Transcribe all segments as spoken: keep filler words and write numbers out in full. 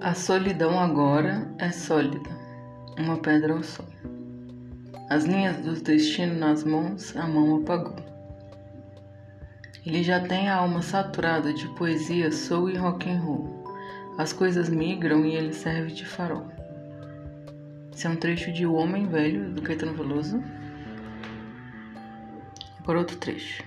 A solidão agora é sólida, uma pedra ao sol. As linhas do destino nas mãos, a mão apagou. Ele já tem a alma saturada de poesia, soul e rock and roll. As coisas migram e ele serve de farol. Esse é um trecho de O Homem Velho, do Caetano Veloso. Por outro trecho.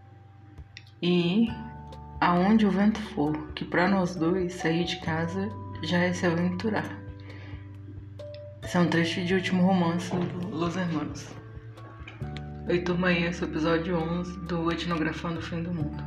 E aonde o vento for, que pra nós dois sair de casa já é se aventurar. Esse é um trecho de Último Romance do Los Hermanos. Oi, turma, aí, esse é o episódio onze do Etnografando o Fim do Mundo.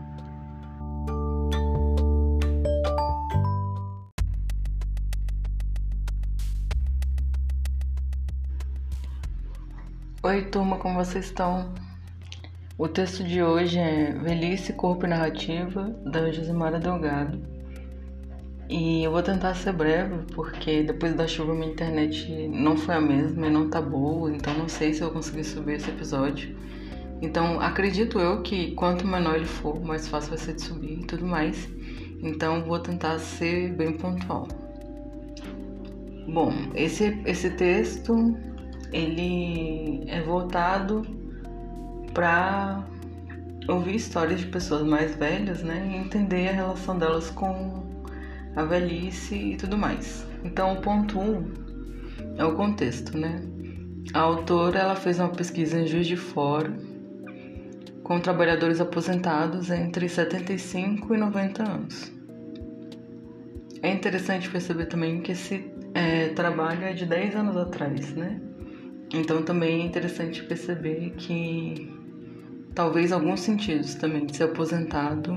Oi, turma, como vocês estão? O texto de hoje é Velhice, Corpo e Narrativa, da Josimara Delgado. E eu vou tentar ser breve, porque depois da chuva minha internet não foi a mesma e não tá boa, então não sei se eu vou conseguir subir esse episódio. Então acredito eu que quanto menor ele for, mais fácil vai ser de subir e tudo mais. Então vou tentar ser bem pontual. Bom, esse, esse texto, ele é voltado para ouvir histórias de pessoas mais velhas, né, e entender a relação delas com a velhice e tudo mais. Então, o ponto um é o contexto, né? A autora, ela fez uma pesquisa em Juiz de Fora com trabalhadores aposentados entre setenta e cinco e noventa anos. É interessante perceber também que esse é, trabalho é de dez anos atrás, né? Então, também é interessante perceber que talvez alguns sentidos também de ser aposentado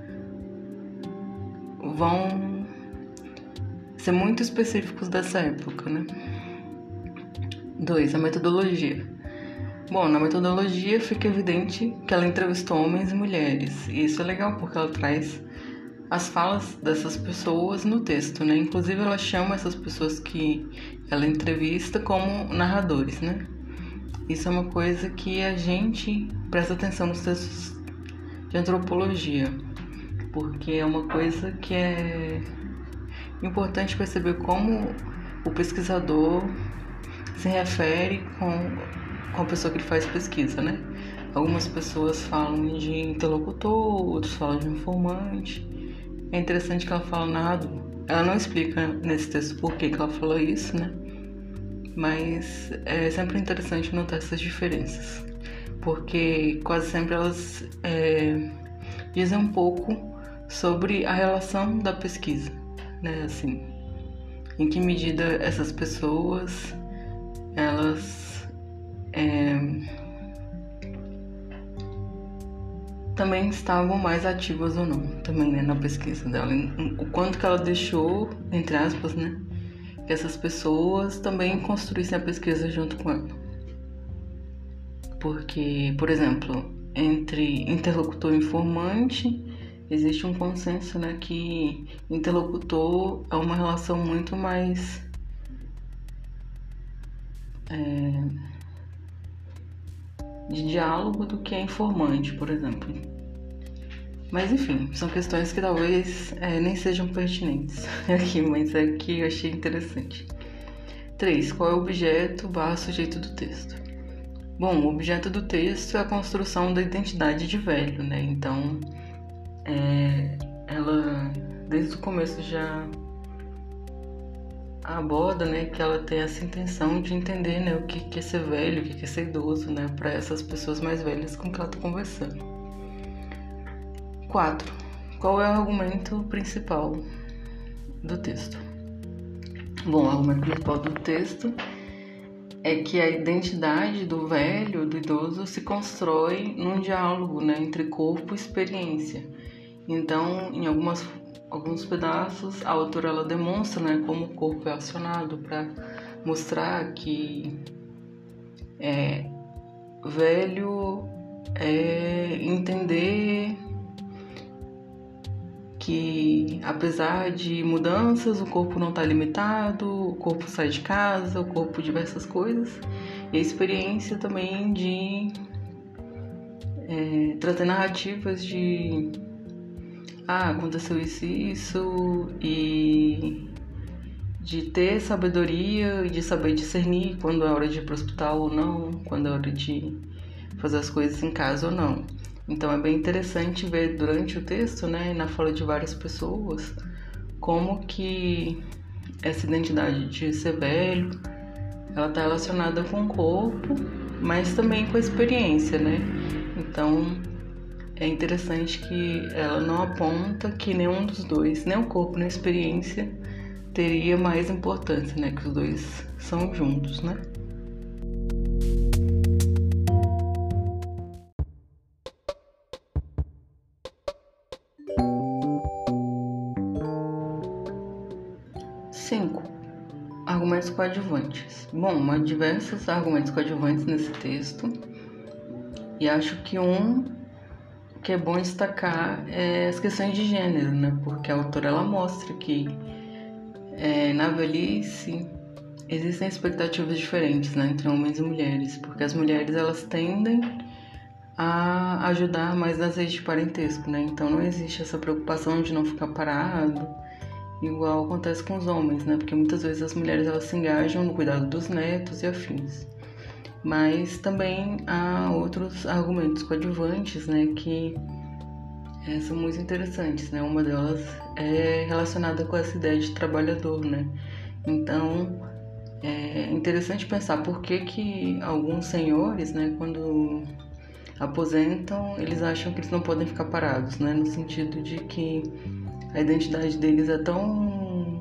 vão ser muito específicos dessa época, né? Dois, a metodologia. Bom, na metodologia fica evidente que ela entrevistou homens e mulheres, e isso é legal porque ela traz as falas dessas pessoas no texto, né? Inclusive ela chama essas pessoas que ela entrevista como narradores, né? Isso é uma coisa que a gente presta atenção nos textos de antropologia, porque é uma coisa que é importante perceber como o pesquisador se refere com, com a pessoa que ele faz pesquisa, né? Algumas pessoas falam de interlocutor, outros falam de informante. É interessante que ela fala narrador. Ela não explica nesse texto por que, que ela falou isso, né? Mas é sempre interessante notar essas diferenças, porque quase sempre elas é, dizem um pouco sobre a relação da pesquisa, né? Assim, em que medida essas pessoas elas é, também estavam mais ativas ou não, também, né, na pesquisa dela, o quanto que ela deixou, entre aspas, né, que essas pessoas também construíssem a pesquisa junto com ela. Porque, por exemplo, entre interlocutor e informante existe um consenso, né, que interlocutor é uma relação muito mais é, de diálogo do que a informante, por exemplo. Mas enfim, são questões que talvez é, nem sejam pertinentes aqui, mas é que eu achei interessante. três. Qual é o objeto barra sujeito do texto? Bom, o objeto do texto é a construção da identidade de velho, né? Então, É, ela desde o começo já aborda, né, que ela tem essa intenção de entender, né, o que, que é ser velho, o que, que é ser idoso, né, para essas pessoas mais velhas com que ela está conversando. quatro. Qual é o argumento principal do texto? Bom, o argumento principal do texto é que a identidade do velho, do idoso, se constrói num diálogo, né, entre corpo e experiência. Então, em algumas, alguns pedaços, a autora ela demonstra, né, como o corpo é acionado para mostrar que é, velho é entender que, apesar de mudanças, o corpo não está limitado, o corpo sai de casa, o corpo diversas coisas, e a experiência também de é, trazer narrativas de ah, aconteceu isso e isso, e de ter sabedoria e de saber discernir quando é hora de ir para o hospital ou não, quando é hora de fazer as coisas em casa ou não. Então é bem interessante ver durante o texto, né, na fala de várias pessoas, como que essa identidade de ser velho, ela está relacionada com o corpo, mas também com a experiência, né? Então é interessante que ela não aponta que nenhum dos dois, nem o corpo nem a experiência, teria mais importância, né? Que os dois são juntos, né? Cinco. Argumentos coadjuvantes. Bom, há diversos argumentos coadjuvantes nesse texto e acho que um que é bom destacar é as questões de gênero, né? Porque a autora ela mostra que é, na velhice existem expectativas diferentes, né, entre homens e mulheres, porque as mulheres elas tendem a ajudar mais nas redes de parentesco, né? Então não existe essa preocupação de não ficar parado, igual acontece com os homens, né? Porque muitas vezes as mulheres elas se engajam no cuidado dos netos e afins. Mas também há outros argumentos coadjuvantes, né, que é, são muito interessantes, né? Uma delas é relacionada com essa ideia de trabalhador, né? Então é interessante pensar por que que alguns senhores, né, quando aposentam, eles acham que eles não podem ficar parados, né? No sentido de que a identidade deles é tão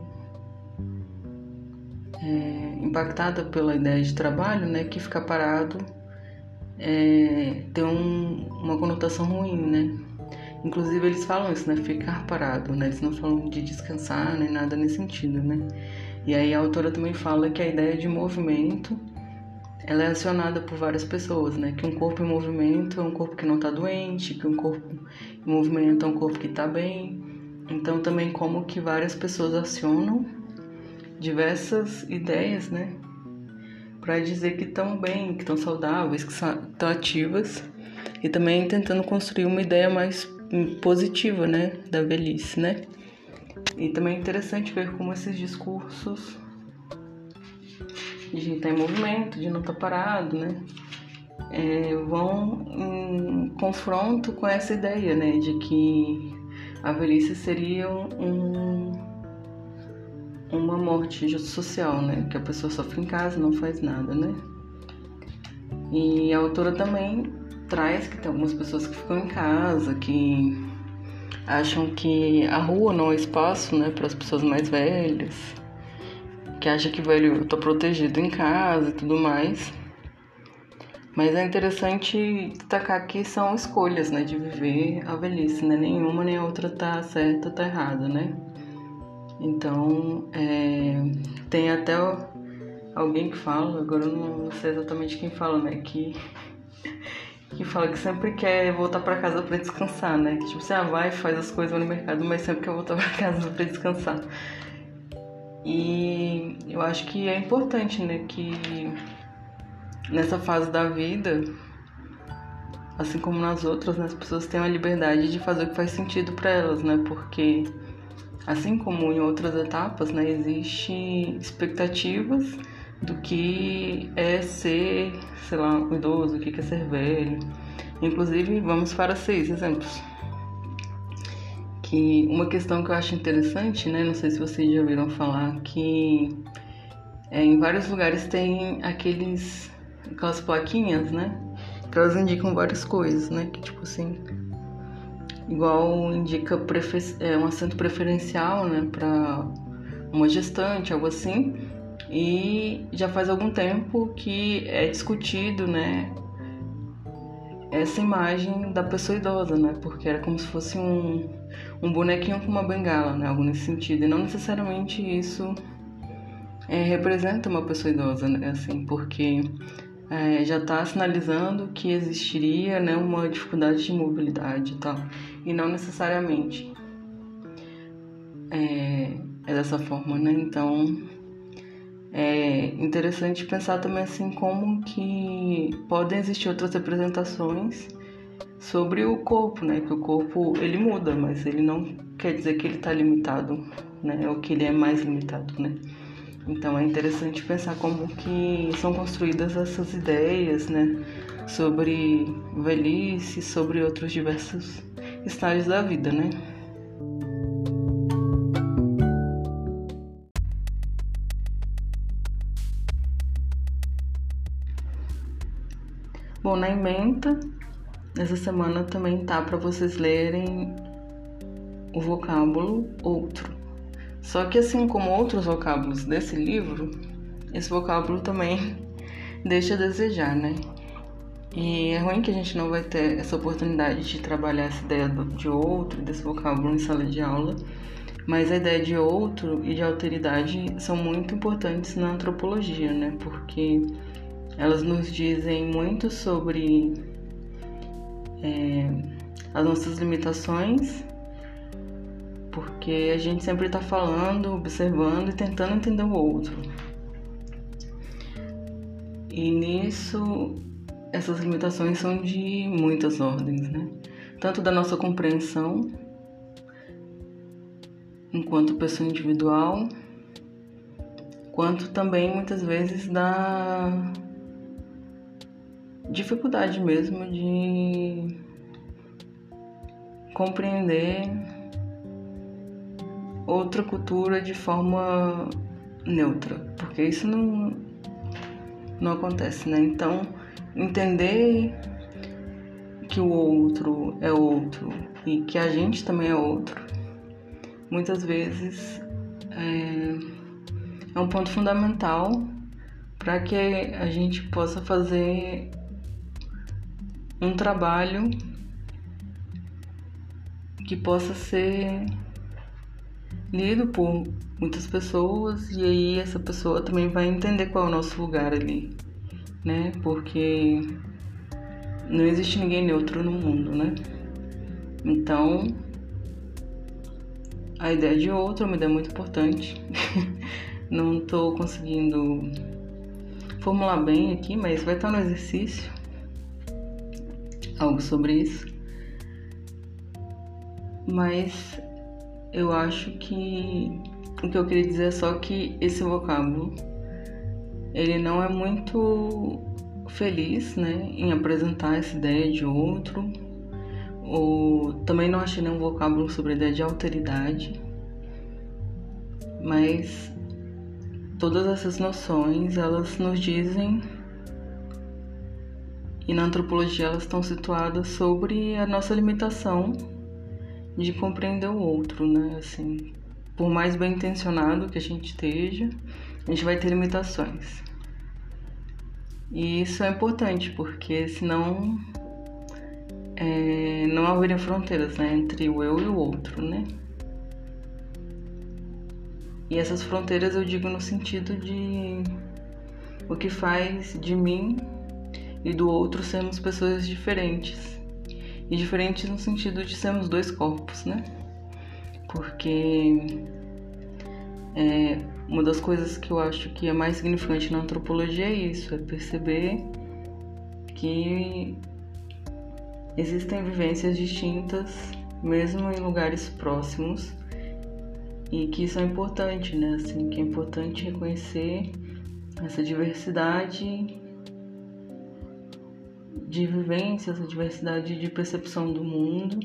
é, impactada pela ideia de trabalho, né, que ficar parado é, tem um, uma conotação ruim, né? Inclusive eles falam isso, né, ficar parado, né? Eles não falam de descansar nem nada nesse sentido, né? E aí a autora também fala que a ideia de movimento ela é acionada por várias pessoas, né? Que um corpo em movimento é um corpo que não está doente, que um corpo em movimento é um corpo que está bem. Então também como que várias pessoas acionam diversas ideias, né, para dizer que estão bem, que estão saudáveis, que estão ativas, e também tentando construir uma ideia mais positiva, né, da velhice, né. E também é interessante ver como esses discursos de estar em movimento, de não estar parado, né, é, vão em confronto com essa ideia, né, de que a velhice seria um, uma morte social, né? Que a pessoa sofre em casa, não faz nada, né? E a autora também traz que tem algumas pessoas que ficam em casa, que acham que a rua não é espaço, né, para as pessoas mais velhas, que acham que o velho está protegido em casa e tudo mais. Mas é interessante destacar que são escolhas, né, de viver a velhice, né? Nenhuma nem a outra tá certa, tá errada, né? Então, é, tem até alguém que fala, agora eu não sei exatamente quem fala, né, que, que fala que sempre quer voltar pra casa pra descansar, né? Que tipo, você ah, vai, faz as coisas no mercado, mas sempre quer voltar pra casa pra descansar. E eu acho que é importante, né, que nessa fase da vida, assim como nas outras, né, as pessoas têm a liberdade de fazer o que faz sentido para elas, né? Porque assim como em outras etapas, né, existem expectativas do que é ser, sei lá, um idoso, o que é ser velho. Inclusive, vamos para seis exemplos. Que uma questão que eu acho interessante, né, não sei se vocês já ouviram falar, que é, em vários lugares tem aqueles aquelas plaquinhas, né, que elas indicam várias coisas, né, que tipo assim, igual indica prefer- é, um assento preferencial, né, para uma gestante, algo assim, e já faz algum tempo que é discutido, né, essa imagem da pessoa idosa, né, porque era como se fosse um, um bonequinho com uma bengala, né, algo nesse sentido, e não necessariamente isso é, representa uma pessoa idosa, né, assim, porque É, já está sinalizando que existiria, né, uma dificuldade de mobilidade e tal, e não necessariamente é, é dessa forma, né? Então é interessante pensar também assim como que podem existir outras representações sobre o corpo, né? Que o corpo ele muda, mas ele não quer dizer que ele está limitado, né? Ou que ele é mais limitado, né? Então é interessante pensar como que são construídas essas ideias, né, sobre velhice, sobre outros diversos estágios da vida, né? Bom, na ementa, essa semana também tá para vocês lerem o vocábulo outro. Só que assim como outros vocábulos desse livro, esse vocábulo também deixa a desejar, né? E é ruim que a gente não vai ter essa oportunidade de trabalhar essa ideia de outro, desse vocábulo em sala de aula, mas a ideia de outro e de alteridade são muito importantes na antropologia, né? Porque elas nos dizem muito sobre é, as nossas limitações, porque a gente sempre está falando, observando e tentando entender o outro. E nisso, essas limitações são de muitas ordens, né? Tanto da nossa compreensão, enquanto pessoa individual, quanto também, muitas vezes, da dificuldade mesmo de compreender outra cultura de forma neutra, porque isso não, não acontece, né? Então, entender que o outro é outro e que a gente também é outro, muitas vezes é, é um ponto fundamental para que a gente possa fazer um trabalho que possa ser lido por muitas pessoas, e aí essa pessoa também vai entender qual é o nosso lugar ali, né? Porque não existe ninguém neutro no mundo, né? Então, a ideia de outro é uma ideia muito importante. Não estou conseguindo formular bem aqui, mas vai estar no exercício algo sobre isso. Mas eu acho que o que eu queria dizer é só que esse vocábulo, ele não é muito feliz, né, em apresentar essa ideia de outro, ou também não achei nenhum vocábulo sobre a ideia de alteridade, mas todas essas noções, elas nos dizem, e na antropologia elas estão situadas sobre a nossa limitação de compreender o outro, né? Assim, por mais bem intencionado que a gente esteja, a gente vai ter limitações. E isso é importante, porque senão é, não haveria fronteiras, né, entre o eu e o outro, né? E essas fronteiras eu digo no sentido de o que faz de mim e do outro sermos pessoas diferentes. E diferentes no sentido de sermos dois corpos, né? Porque é, uma das coisas que eu acho que é mais significante na antropologia é isso, é perceber que existem vivências distintas, mesmo em lugares próximos, e que isso é importante, né? Assim, que é importante reconhecer essa diversidade de vivência, essa diversidade de percepção do mundo,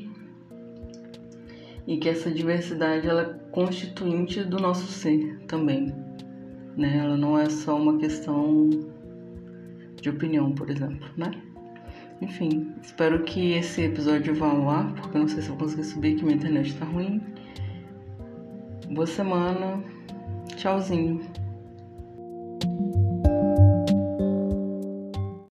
e que essa diversidade ela é constituinte do nosso ser também, né? Ela não é só uma questão de opinião, por exemplo, né? Enfim, espero que esse episódio vá ao ar, porque eu não sei se eu vou conseguir subir, que minha internet tá ruim. Boa semana, tchauzinho.